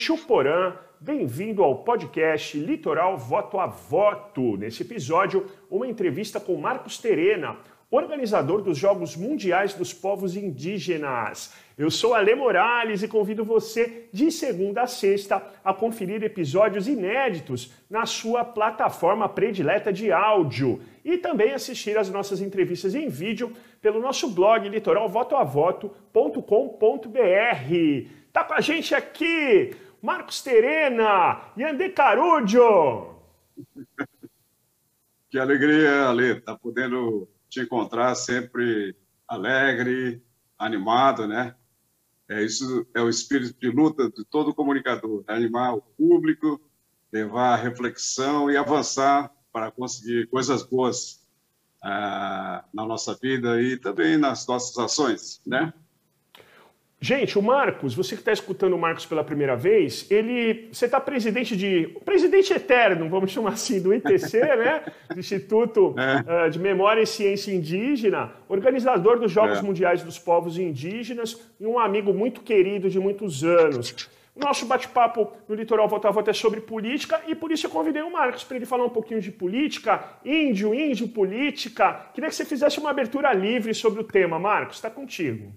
Chuporã, bem-vindo ao podcast Litoral Voto a Voto. Nesse episódio, uma entrevista com Marcos Terena, organizador dos Jogos Mundiais dos Povos Indígenas. Eu sou Ale Morales e convido você, de segunda a sexta, a conferir episódios inéditos na sua plataforma predileta de áudio e também assistir às nossas entrevistas em vídeo pelo nosso blog litoralvotoavoto.com.br. Tá com a gente aqui Marcos Terena, Yandê Carudio. Que alegria, Ale, estar podendo te encontrar sempre alegre, animado, né? Isso é o espírito de luta de todo comunicador, animar o público, levar a reflexão e avançar para conseguir coisas boas na nossa vida e também nas nossas ações, né? Gente, o Marcos, você que está escutando o Marcos pela primeira vez, você está presidente eterno, vamos chamar assim, do ITC, né? Do Instituto de Memória e Ciência Indígena, organizador dos Jogos Mundiais dos Povos Indígenas e um amigo muito querido de muitos anos. O nosso bate-papo no Litoral Voto a Voto é sobre política e por isso eu convidei o Marcos para ele falar um pouquinho de política, índio, política. Queria que você fizesse uma abertura livre sobre o tema. Marcos, está contigo.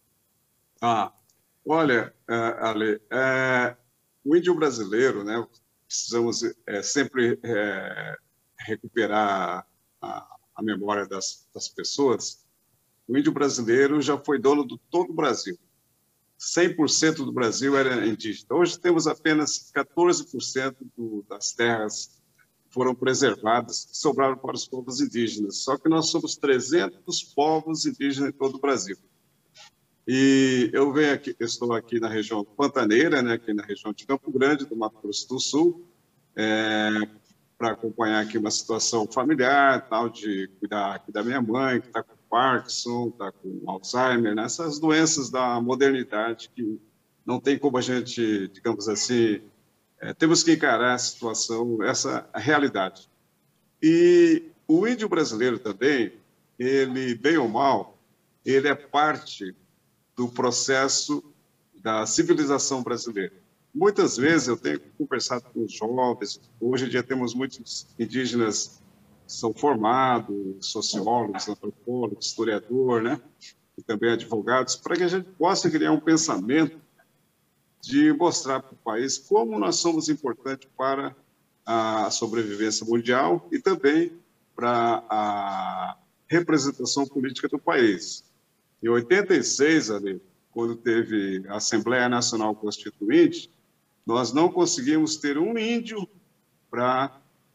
Olha, Ale, o índio brasileiro, né, precisamos sempre recuperar a memória das pessoas. O índio brasileiro já foi dono de todo o Brasil. 100% do Brasil era indígena. Hoje temos apenas 14% das terras que foram preservadas, que sobraram para os povos indígenas. Só que nós somos 300 povos indígenas em todo o Brasil. E eu estou aqui na região pantaneira, né, aqui na região de Campo Grande, do Mato Grosso do Sul, para acompanhar aqui uma situação familiar, tal, de cuidar aqui da minha mãe, que está com Parkinson, está com Alzheimer, né, essas doenças da modernidade que não tem como a gente, digamos assim, temos que encarar a situação, essa realidade. E o índio brasileiro também, ele, bem ou mal, ele é parte do processo da civilização brasileira. Muitas vezes eu tenho conversado com os jovens, hoje em dia temos muitos indígenas que são formados, sociólogos, antropólogos, historiadores, né? E também advogados, para que a gente possa criar um pensamento de mostrar para o país como nós somos importantes para a sobrevivência mundial e também para a representação política do país. Em 86, ali, quando teve a Assembleia Nacional Constituinte, nós não conseguimos ter um índio para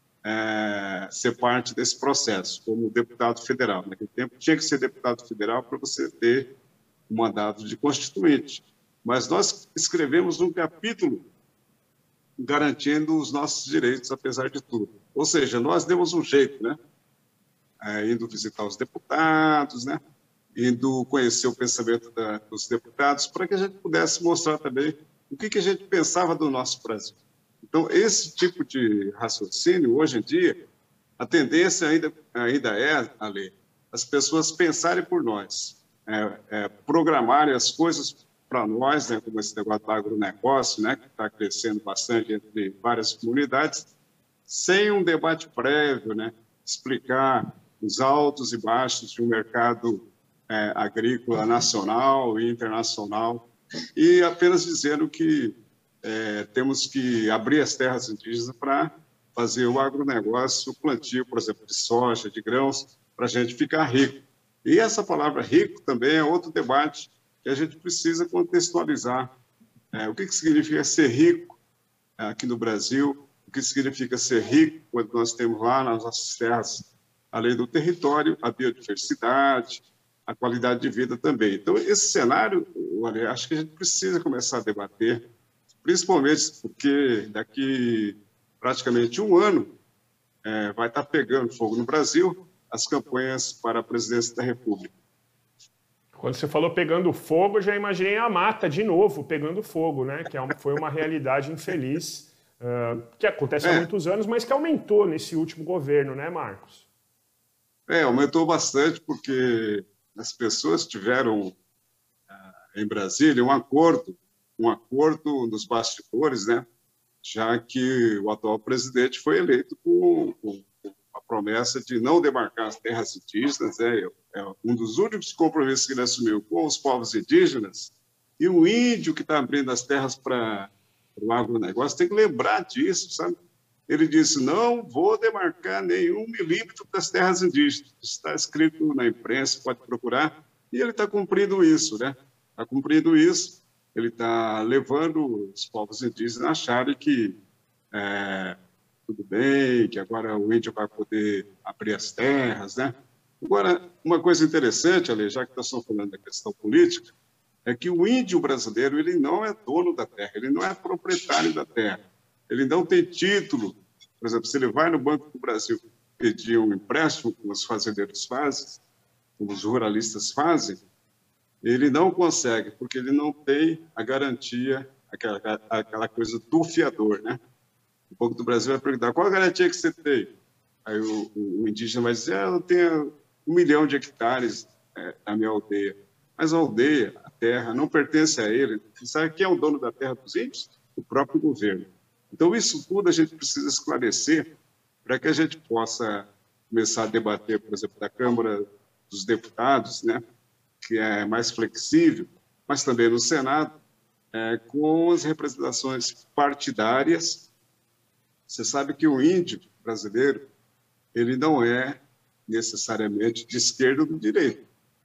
ser parte desse processo, como deputado federal. Naquele tempo tinha que ser deputado federal para você ter um mandato de constituinte. Mas nós escrevemos um capítulo garantindo os nossos direitos, apesar de tudo. Ou seja, nós demos um jeito, né? Indo visitar os deputados, né? Indo conhecer o pensamento dos deputados, para que a gente pudesse mostrar também o que a gente pensava do nosso Brasil. Então, esse tipo de raciocínio, hoje em dia, a tendência ainda é, Ale, as pessoas pensarem por nós, programarem as coisas para nós, né, como esse negócio do agronegócio, né, que está crescendo bastante entre várias comunidades, sem um debate prévio, né, explicar os altos e baixos de um mercado agrícola nacional e internacional, e apenas dizendo que temos que abrir as terras indígenas para fazer o agronegócio, o plantio, por exemplo, de soja, de grãos, para a gente ficar rico. E essa palavra rico também é outro debate que a gente precisa contextualizar. O que significa ser rico aqui no Brasil, o que significa ser rico quando nós temos lá nas nossas terras, além do território, a biodiversidade, a qualidade de vida também. Então, esse cenário, olha, acho que a gente precisa começar a debater, principalmente porque daqui praticamente um ano vai estar pegando fogo no Brasil as campanhas para a presidência da República. Quando você falou pegando fogo, eu já imaginei a mata de novo pegando fogo, né? Que foi uma realidade infeliz, que acontece há muitos anos, mas que aumentou nesse último governo, né, Marcos? Aumentou bastante porque as pessoas tiveram em Brasília um acordo um acordo nos bastidores, né? Já que o atual presidente foi eleito com a promessa de não demarcar as terras indígenas, né? É um dos únicos compromissos que ele assumiu com os povos indígenas, e o índio que está abrindo as terras para o agronegócio tem que lembrar disso, sabe? Ele disse, não vou demarcar nenhum milímetro das terras indígenas. Está escrito na imprensa, pode procurar, e ele está cumprindo isso, né? Está cumprindo isso, ele está levando os povos indígenas a acharem que tudo bem, que agora o índio vai poder abrir as terras, né? Agora, uma coisa interessante, Ale, já que nós estamos falando da questão política, é que o índio brasileiro ele não é dono da terra, ele não é proprietário da terra, ele não tem título. Por exemplo, se ele vai no Banco do Brasil pedir um empréstimo, como os fazendeiros fazem, como os ruralistas fazem, ele não consegue, porque ele não tem a garantia, aquela coisa do fiador, né? O Banco do Brasil vai perguntar, qual a garantia que você tem? Aí o indígena vai dizer, eu tenho 1 milhão de hectares na minha aldeia. Mas a aldeia, a terra, não pertence a ele. Você sabe quem é o dono da terra dos índios? O próprio governo. Então, isso tudo a gente precisa esclarecer para que a gente possa começar a debater, por exemplo, da Câmara dos Deputados, né, que é mais flexível, mas também no Senado, com as representações partidárias. Você sabe que o índio brasileiro ele não é necessariamente de esquerda ou de direita.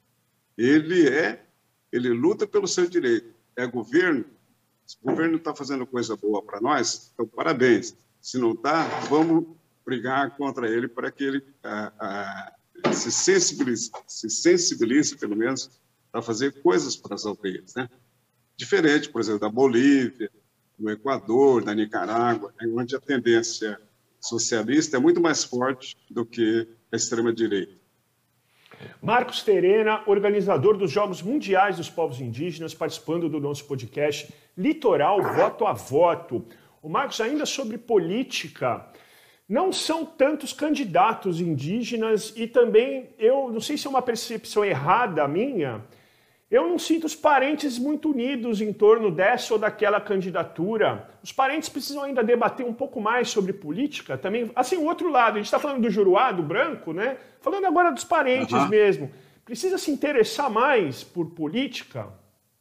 Ele luta pelo seu direito. É governo. Se o governo está fazendo coisa boa para nós, então parabéns. Se não está, vamos brigar contra ele para que ele se sensibilize, pelo menos, para fazer coisas para as aldeias, né? Diferente, por exemplo, da Bolívia, do Equador, da Nicarágua, onde a tendência socialista é muito mais forte do que a extrema-direita. Marcos Terena, organizador dos Jogos Mundiais dos Povos Indígenas, participando do nosso podcast Litoral Voto a Voto. O Marcos, ainda sobre política, não são tantos candidatos indígenas e também, eu não sei se é uma percepção errada minha, eu não sinto os parentes muito unidos em torno dessa ou daquela candidatura. Os parentes precisam ainda debater um pouco mais sobre política também. Assim, o outro lado, a gente está falando do Juruá, do branco, né? Falando agora dos parentes mesmo. Precisa se interessar mais por política?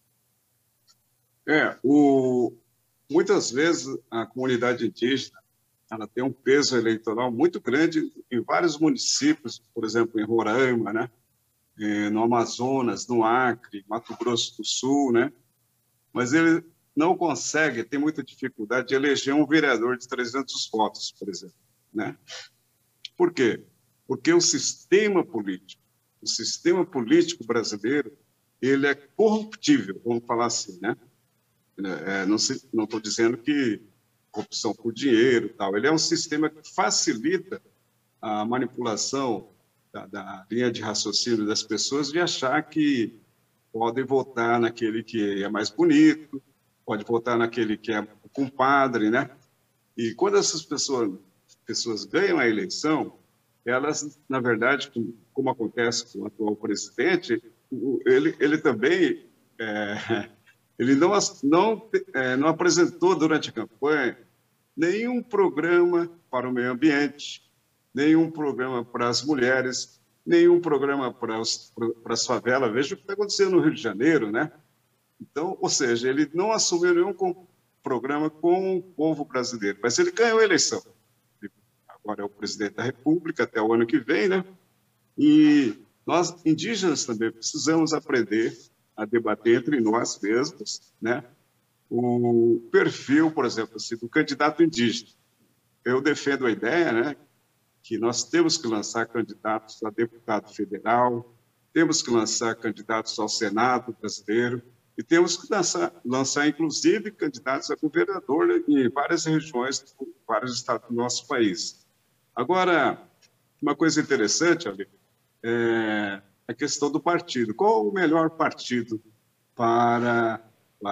Muitas vezes a comunidade indígena ela tem um peso eleitoral muito grande em vários municípios, por exemplo, em Roraima, né? No Amazonas, no Acre, Mato Grosso do Sul, né? Mas ele não consegue, tem muita dificuldade de eleger um vereador de 300 votos, por exemplo, né? Por quê? Porque o sistema político brasileiro, ele é corruptível, vamos falar assim, né? Não estou dizendo que corrupção por dinheiro e tal, ele é um sistema que facilita a manipulação da linha de raciocínio das pessoas de achar que podem votar naquele que é mais bonito, pode votar naquele que é o compadre, né? E quando essas pessoas ganham a eleição, elas, na verdade, como acontece com o atual presidente, ele também ele não apresentou durante a campanha nenhum programa para o meio ambiente, nenhum programa para as mulheres, nenhum programa para as favelas. Veja o que está acontecendo no Rio de Janeiro, né? Então, ou seja, ele não assumiu nenhum programa com o povo brasileiro, mas ele ganhou a eleição. Agora é o presidente da República até o ano que vem, né? E nós, indígenas, também precisamos aprender a debater entre nós mesmos, né? O perfil, por exemplo, assim, do candidato indígena. Eu defendo a ideia, né, que nós temos que lançar candidatos a deputado federal, temos que lançar candidatos ao Senado brasileiro e temos que lançar inclusive, candidatos a governador em várias regiões, vários estados do nosso país. Agora, uma coisa interessante, ali, é a questão do partido. Qual o melhor partido para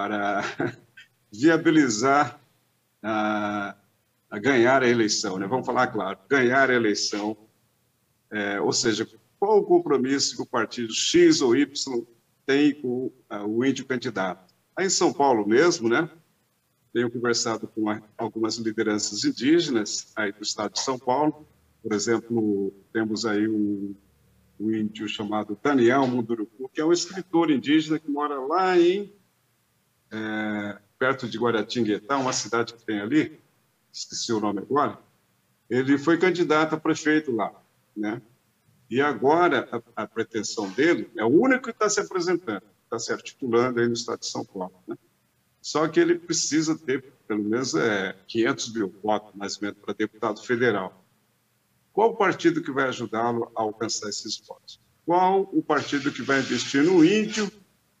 viabilizar a ganhar a eleição, né? Vamos falar claro, ganhar a eleição, ou seja, qual o compromisso que o partido X ou Y tem com o índio candidato? Aí em São Paulo mesmo, né? Tenho conversado com algumas lideranças indígenas aí do estado de São Paulo. Por exemplo, temos aí um índio chamado Daniel Munduruku, que é um escritor indígena que mora lá perto de Guaratinguetá, uma cidade que tem ali, esqueci o nome agora. Ele foi candidato a prefeito lá, né? E agora a pretensão dele é o único que está se apresentando, está se articulando aí no estado de São Paulo, né? Só que ele precisa ter pelo menos 500 mil votos, mais ou menos, para deputado federal. Qual o partido que vai ajudá-lo a alcançar esses votos? Qual o partido que vai investir no índio,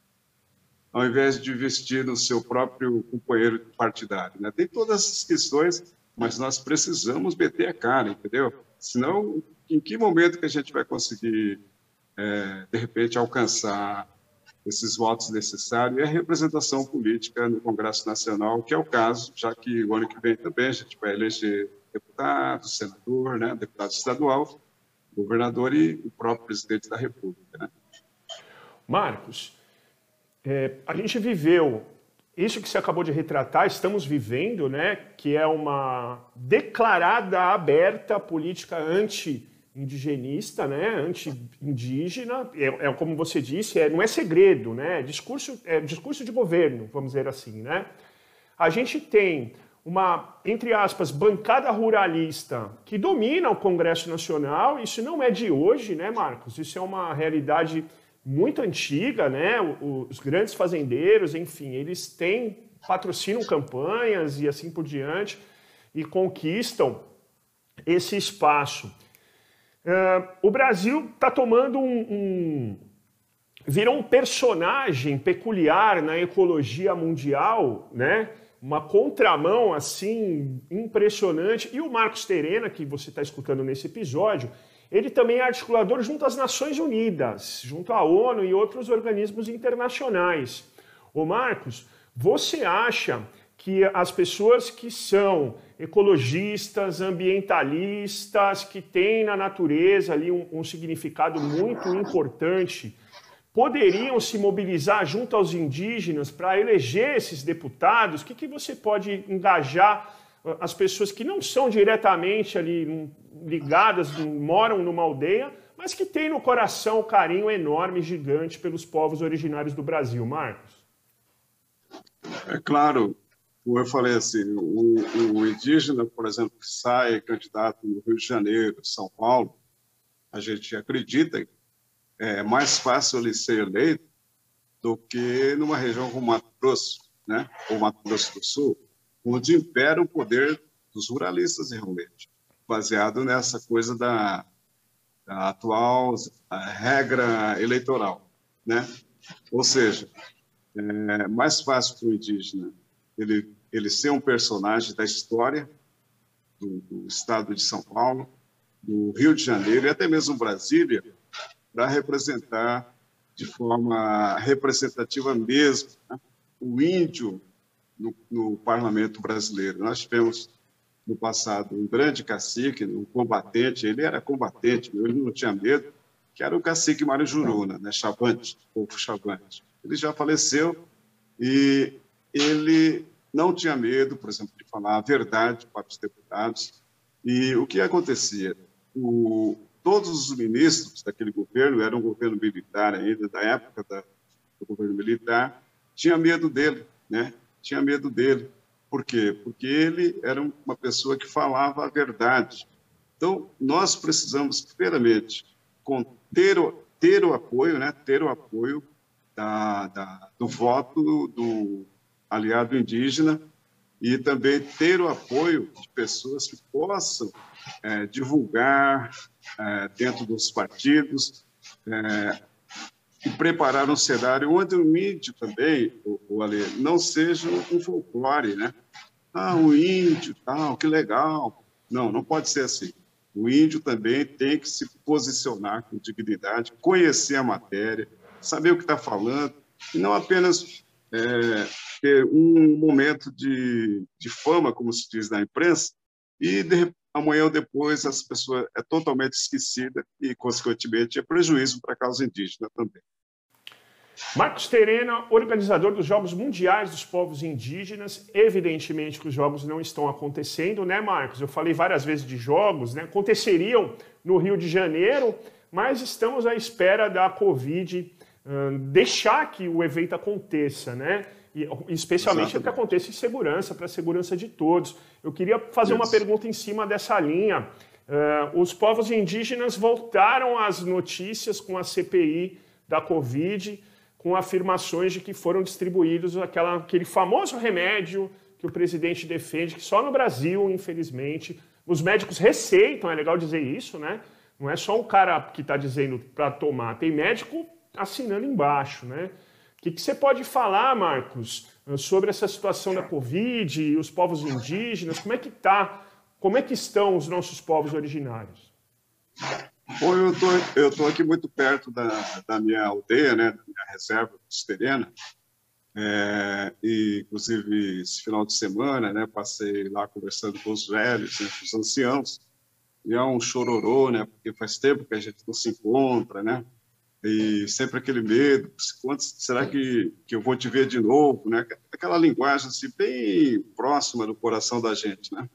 ao invés de investir no seu próprio companheiro partidário, né? Tem todas essas questões, mas nós precisamos meter a cara, entendeu? Senão, em que momento que a gente vai conseguir, de repente, alcançar esses votos necessários e a representação política no Congresso Nacional, que é o caso, já que o ano que vem também a gente vai eleger deputado, senador, né, deputado estadual, governador e o próprio presidente da República, né? Marcos, a gente viveu isso que você acabou de retratar, estamos vivendo, né, que é uma declarada aberta política anti-indigenista, né, anti-indígena, como você disse, não é segredo, né, discurso de governo, vamos dizer assim, né. A gente tem uma, entre aspas, bancada ruralista que domina o Congresso Nacional. Isso não é de hoje, né, Marcos? Isso é uma realidade muito antiga, né? Os grandes fazendeiros, enfim, eles patrocinam campanhas e assim por diante e conquistam esse espaço. O Brasil está tomando virou um personagem peculiar na ecologia mundial, né? Uma contramão assim impressionante. E o Marcos Terena, que você está escutando nesse episódio, ele também é articulador junto às Nações Unidas, junto à ONU e outros organismos internacionais. Ô Marcos, você acha que as pessoas que são ecologistas, ambientalistas, que têm na natureza ali um significado muito importante, poderiam se mobilizar junto aos indígenas para eleger esses deputados? O que você pode engajar as pessoas que não são diretamente ali ligadas, moram numa aldeia, mas que têm no coração um carinho enorme, gigante pelos povos originários do Brasil, Marcos? É claro, como eu falei assim, o indígena, por exemplo, que sai candidato no Rio de Janeiro, São Paulo, a gente acredita que é mais fácil ele ser eleito do que numa região como Mato Grosso, né? Ou Mato Grosso do Sul, onde impera o poder dos ruralistas realmente, baseado nessa coisa da atual regra eleitoral, né? Ou seja, é mais fácil para o indígena ele ser um personagem da história do estado de São Paulo, do Rio de Janeiro e até mesmo Brasília, para representar de forma representativa mesmo, né, o índio no parlamento brasileiro. Nós tivemos, no passado, um grande cacique, um combatente, ele era combatente, ele não tinha medo, que era o cacique Mário Juruna, né, Chavante, povo Chavante. Ele já faleceu e ele não tinha medo, por exemplo, de falar a verdade para os deputados. E o que acontecia? Todos os ministros daquele governo, era um governo militar ainda, da época do governo militar, tinha medo dele, né? Tinha medo dele. Por quê? Porque ele era uma pessoa que falava a verdade. Então, nós precisamos, primeiramente, ter o apoio, né? Ter o apoio do voto do aliado indígena e também ter o apoio de pessoas que possam divulgar dentro dos partidos e preparar um cenário onde o índio também, o Ale, não seja um folclore, né? Ah, o índio, tal, que legal. Não, não pode ser assim. O índio também tem que se posicionar com dignidade, conhecer a matéria, saber o que está falando, e não apenas ter um momento de fama, como se diz na imprensa, e amanhã ou depois essa pessoa é totalmente esquecida e, consequentemente, é prejuízo para a causa indígena também. Marcos Terena, organizador dos Jogos Mundiais dos Povos Indígenas. Evidentemente que os jogos não estão acontecendo, né, Marcos? Eu falei várias vezes de jogos, né? Aconteceriam no Rio de Janeiro, mas estamos à espera da Covid deixar que o evento aconteça, né? E, especialmente que aconteça em segurança, para a segurança de todos. Eu queria fazer uma pergunta em cima dessa linha. Os povos indígenas voltaram às notícias com a CPI da Covid, com afirmações de que foram distribuídos aquele famoso remédio que o presidente defende, que só no Brasil, infelizmente, os médicos receitam, é legal dizer isso, né? Não é só um cara que está dizendo para tomar, tem médico assinando embaixo, né? O que você pode falar, Marcos, sobre essa situação da Covid e os povos indígenas? Como é que estão os nossos povos originários? Bom, eu tô aqui muito perto da minha aldeia, né, da minha reserva costeirana, e inclusive esse final de semana, né, passei lá conversando com os velhos, né, com os anciãos, e é um chororô, né, porque faz tempo que a gente não se encontra, né, e sempre aquele medo, quando será que eu vou te ver de novo, né, aquela linguagem assim bem próxima do coração da gente, né,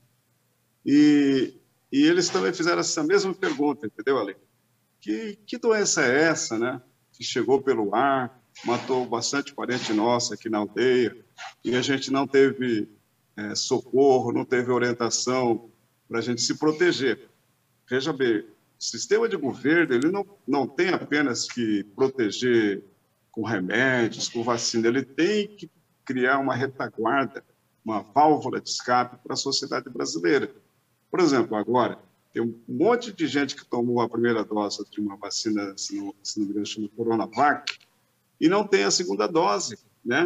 e eles também fizeram essa mesma pergunta, entendeu, Ale? Que doença é essa, né? Que chegou pelo ar, matou bastante parente nosso aqui na aldeia, e a gente não teve socorro, não teve orientação para a gente se proteger. Veja bem, o sistema de governo ele não tem apenas que proteger com remédios, com vacina, ele tem que criar uma retaguarda, uma válvula de escape para a sociedade brasileira. Por exemplo, agora, tem um monte de gente que tomou a primeira dose de uma vacina, se não me engano, chama Coronavac, e não tem a segunda dose, né?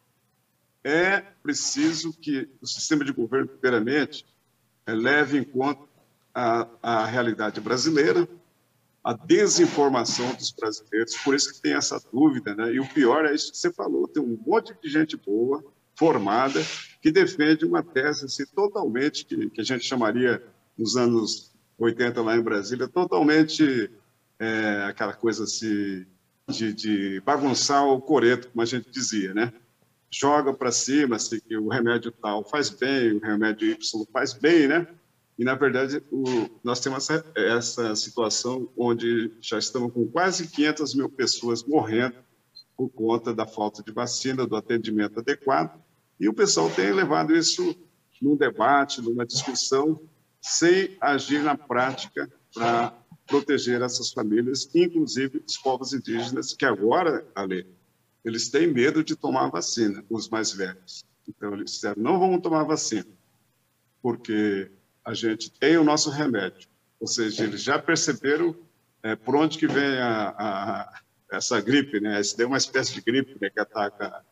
É preciso que o sistema de governo, primeiramente, leve em conta a realidade brasileira, a desinformação dos brasileiros, por isso que tem essa dúvida, né? E o pior é isso que você falou, tem um monte de gente boa, formada, que defende uma tese assim, totalmente, que a gente chamaria, nos anos 80 lá em Brasília, totalmente aquela coisa assim, de bagunçar o coreto, como a gente dizia, né? Joga para cima, assim, que o remédio tal faz bem, o remédio Y faz bem, né? E, na verdade, nós temos essa situação onde já estamos com quase 500 mil pessoas morrendo por conta da falta de vacina, do atendimento adequado, e o pessoal tem levado isso num debate, numa discussão, sem agir na prática para proteger essas famílias, inclusive os povos indígenas, que agora, Ale, eles têm medo de tomar vacina, os mais velhos. Então, eles disseram, não vamos tomar vacina, porque a gente tem o nosso remédio. Ou seja, eles já perceberam por onde que vem essa gripe, né? Isso é uma espécie de gripe, né, que ataca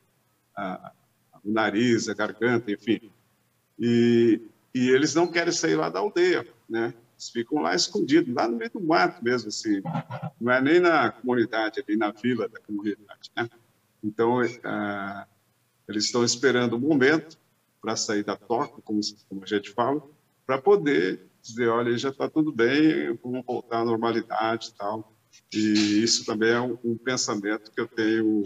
o nariz, a garganta, enfim. E eles não querem sair lá da aldeia, né? Eles ficam lá escondidos, lá no meio do mato mesmo, assim. Não é nem na comunidade, ali na vila da comunidade, né? Então, eles estão esperando o momento para sair da toca, como a gente fala, para poder dizer, olha, já está tudo bem, vamos voltar à normalidade e tal. E isso também é um pensamento que eu tenho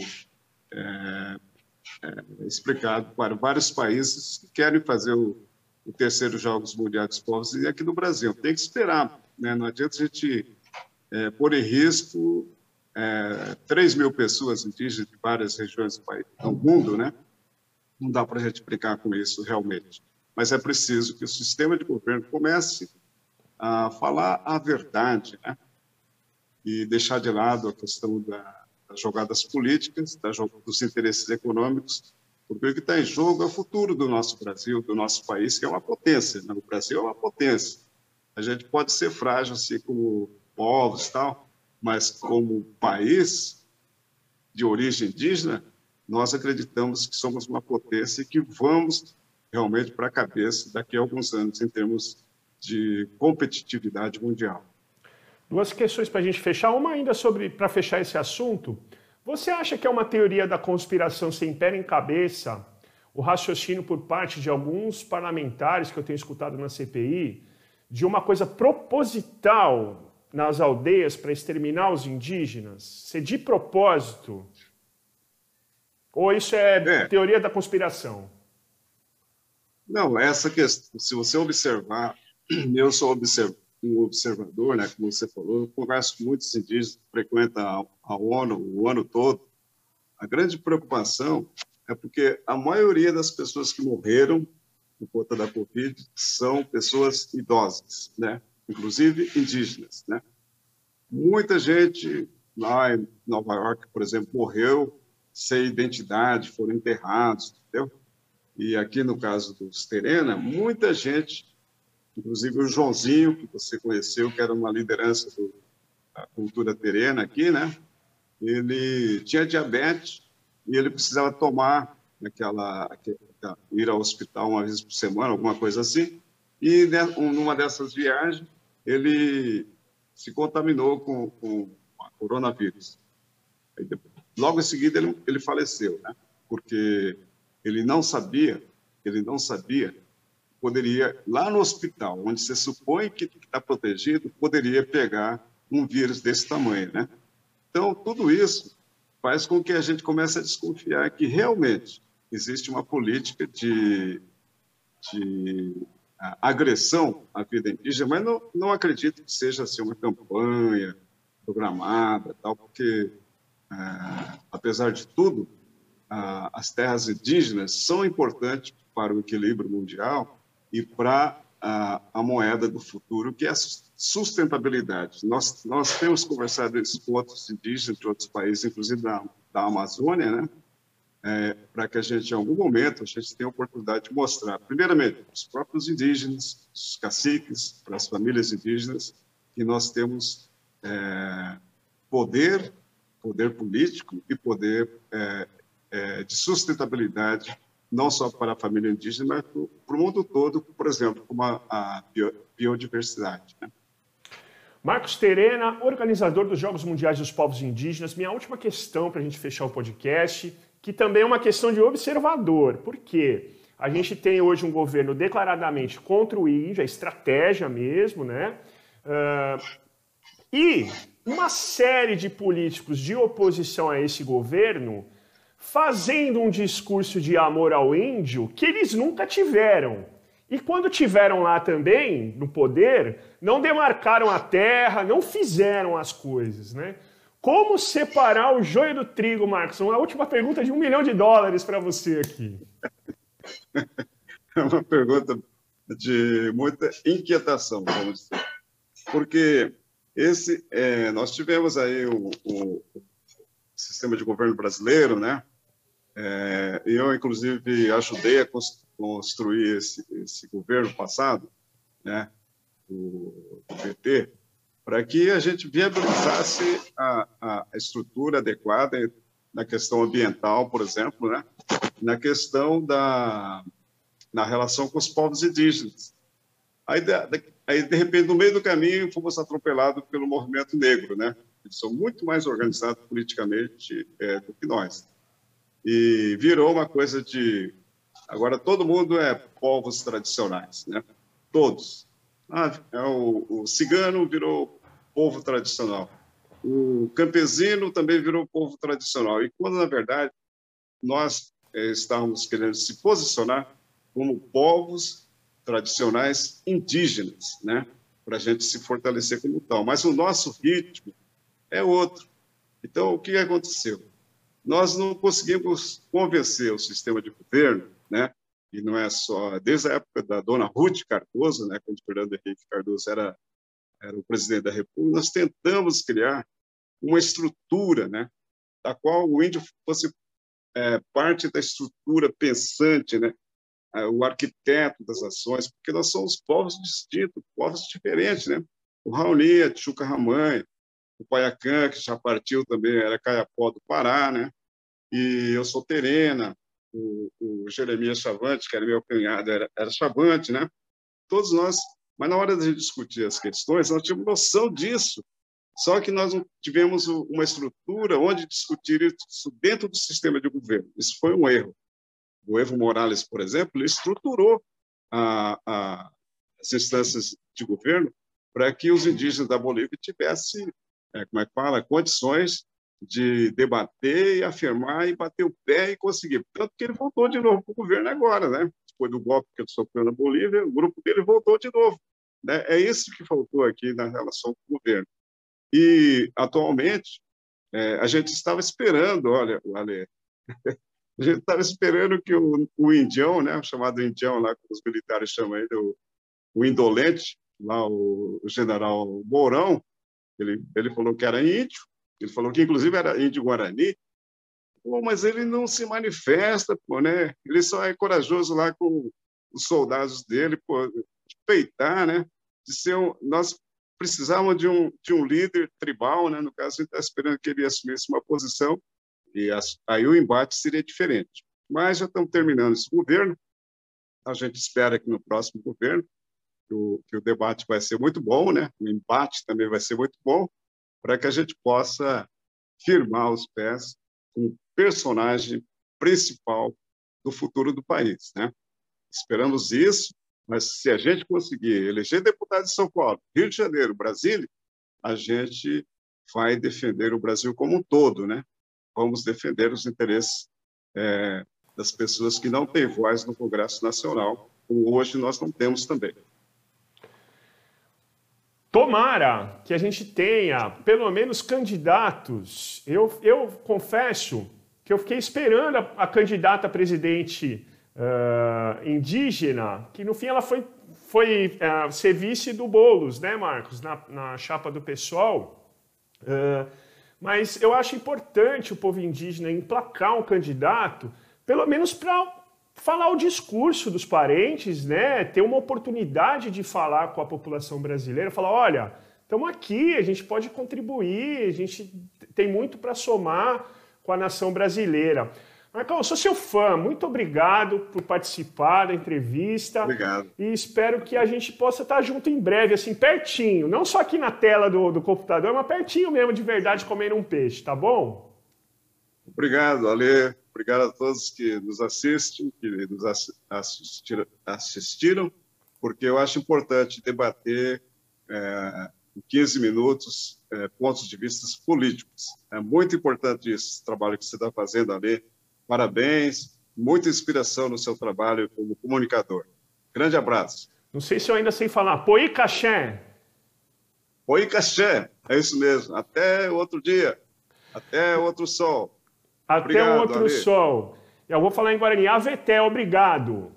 explicado para vários países que querem fazer o terceiro Jogos Mundiais dos Povos, e aqui no Brasil. Tem que esperar, né? Não adianta a gente pôr em risco 3 mil pessoas indígenas de várias regiões do mundo, né? Não dá para a gente brincar com isso realmente. Mas é preciso que o sistema de governo comece a falar a verdade, né? E deixar de lado a questão das jogadas políticas, dos interesses econômicos, porque o que está em jogo é o futuro do nosso Brasil, do nosso país, que é uma potência, né? O Brasil é uma potência. A gente pode ser frágil, assim, como povos e tal, mas como país de origem indígena, nós acreditamos que somos uma potência e que vamos realmente para a cabeça daqui a alguns anos em termos de competitividade mundial. Duas questões para a gente fechar. Uma ainda para fechar esse assunto. Você acha que é uma teoria da conspiração sem pé nem cabeça o raciocínio por parte de alguns parlamentares que eu tenho escutado na CPI de uma coisa proposital nas aldeias para exterminar os indígenas? Ser de propósito Ou isso é É, teoria da conspiração? não, essa questão, se você observar, eu sou um observador, né, como você falou, eu converso com muitos indígenas, frequento a ONU o ano todo. A grande preocupação é porque a maioria das pessoas que morreram por conta da Covid são pessoas idosas, né, inclusive indígenas, né. Muita gente lá em Nova York, por exemplo, morreu sem identidade, foram enterrados, entendeu? E aqui no caso dos Terena, muita gente, inclusive o Joãozinho, que você conheceu, que era uma liderança da cultura terena aqui, né? Ele tinha diabetes e ele precisava tomar ir ao hospital uma vez por semana, alguma coisa assim. E né, numa dessas viagens, ele se contaminou com a coronavírus. Logo em seguida, ele faleceu, né? Porque ele não sabia, poderia, lá no hospital, onde se supõe que está protegido, poderia pegar um vírus desse tamanho, né? Então, tudo isso faz com que a gente comece a desconfiar que realmente existe uma política de agressão à vida indígena, mas não acredito que seja assim, uma campanha programada, tal, porque, apesar de tudo, as terras indígenas são importantes para o equilíbrio mundial e para a moeda do futuro, que é a sustentabilidade. Nós temos conversado isso com outros indígenas de outros países, inclusive da Amazônia, né? Para que a gente, em algum momento, a gente tenha a oportunidade de mostrar, primeiramente, para os próprios indígenas, os caciques, para as famílias indígenas, que nós temos poder político e poder de sustentabilidade, não só para a família indígena, mas para o mundo todo, por exemplo, como a biodiversidade, né? Marcos Terena, organizador dos Jogos Mundiais dos Povos Indígenas. Minha última questão para a gente fechar o podcast, que também é uma questão de observador. Por quê? A gente tem hoje um governo declaradamente contra o índio, a estratégia mesmo, né? E uma série de políticos de oposição a esse governo fazendo um discurso de amor ao índio que eles nunca tiveram. E quando tiveram lá também, no poder, não demarcaram a terra, não fizeram as coisas, né? Como separar o joio do trigo, Marcos? Uma última pergunta de $1 milhão para você aqui. É uma pergunta de muita inquietação, vamos dizer. Porque nós tivemos aí o sistema de governo brasileiro, né? Eu, inclusive, ajudei a construir esse governo passado, né, do PT, para que a gente viabilizasse a estrutura adequada na questão ambiental, por exemplo, né, na questão na relação com os povos indígenas. Aí, de repente, no meio do caminho, fomos atropelados pelo movimento negro, né? Eles são muito mais organizados politicamente do que nós. E virou uma coisa de... Agora, todo mundo é povos tradicionais, né? Todos. O cigano virou povo tradicional. O campesino também virou povo tradicional. E quando, na verdade, nós estávamos querendo se posicionar como povos tradicionais indígenas, né? Para a gente se fortalecer como tal. Mas o nosso ritmo é outro. Então, o que aconteceu? Nós não conseguimos convencer o sistema de governo, né? E não é só desde a época da dona Ruth Cardoso, né? Quando Fernando Henrique Cardoso era o presidente da República, nós tentamos criar uma estrutura, né? Da qual o índio fosse parte da estrutura pensante, né? O arquiteto das ações, porque nós somos povos distintos, povos diferentes, né? O Raoni, a Chuca Ramanha, o Paiacã, que já partiu também, era Caiapó do Pará, né? E eu sou Terena, o Jeremias Chavante, que era meu cunhado, era Chavante, né? Todos nós, mas na hora de gente discutir as questões, nós tínhamos noção disso, só que nós não tivemos uma estrutura onde discutir isso dentro do sistema de governo. Isso foi um erro. O Evo Morales, por exemplo, ele estruturou as instâncias de governo para que os indígenas da Bolívia tivessem, como é que fala, condições de debater e afirmar e bater o pé e conseguir. Tanto que ele voltou de novo para o governo agora, né? Depois do golpe que ele sofreu na Bolívia, o grupo dele voltou de novo. Né? É isso que faltou aqui na relação com o governo. E, atualmente, a gente estava esperando, olha, Ale, a gente estava esperando que o indião, né, o chamado indião, lá como os militares chamam ele, o indolente, lá o general Mourão, ele falou que era índio, ele falou que, inclusive, era índio Guarani. Pô, mas ele não se manifesta, pô, né? Ele só é corajoso lá com os soldados dele, pô, de peitar, né? Nós precisávamos de um líder tribal, né? No caso, a gente está esperando que ele assumisse uma posição e aí o embate seria diferente. Mas já estamos terminando esse governo. A gente espera que no próximo governo que o debate vai ser muito bom, né? O embate também vai ser muito bom, para que a gente possa firmar os pés com o personagem principal do futuro do país, né? Esperamos isso, mas se a gente conseguir eleger deputado de São Paulo, Rio de Janeiro, Brasília, a gente vai defender o Brasil como um todo, né? Vamos defender os interesses das pessoas que não têm voz no Congresso Nacional, como hoje nós não temos também. Tomara que a gente tenha, pelo menos, candidatos. Eu confesso que eu fiquei esperando a candidata a presidente indígena, que no fim ela foi ser vice do Boulos, né, Marcos, na chapa do PSOL. Mas eu acho importante o povo indígena emplacar um candidato, pelo menos para falar o discurso dos parentes, né? Ter uma oportunidade de falar com a população brasileira, falar, olha, estamos aqui, a gente pode contribuir, a gente tem muito para somar com a nação brasileira. Marcão, eu sou seu fã, muito obrigado por participar da entrevista. Obrigado. E espero que a gente possa estar junto em breve, assim, pertinho, não só aqui na tela do computador, mas pertinho mesmo, de verdade, comendo um peixe, tá bom? Obrigado, Ale. Obrigado a todos que nos assistem, que nos assistiram, porque eu acho importante debater em 15 minutos pontos de vista políticos. É muito importante esse trabalho que você está fazendo, Ale. Parabéns, muita inspiração no seu trabalho como comunicador. Grande abraço. Não sei se eu ainda sei falar. Poí Caxé. Poí Caxé, é isso mesmo. Até outro dia. Até outro sol. Até obrigado, outro Ale. sol. Eu vou falar em Guarani. Aveté, obrigado.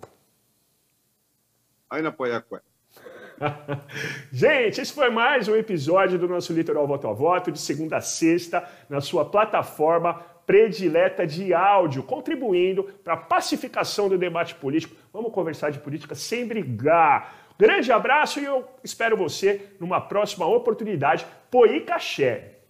Aí na Poiacué. Gente, esse foi mais um episódio do nosso Litoral Voto a Voto, de segunda a sexta, na sua plataforma predileta de áudio, contribuindo para a pacificação do debate político. Vamos conversar de política sem brigar. Grande abraço e eu espero você numa próxima oportunidade. Poí Caxé.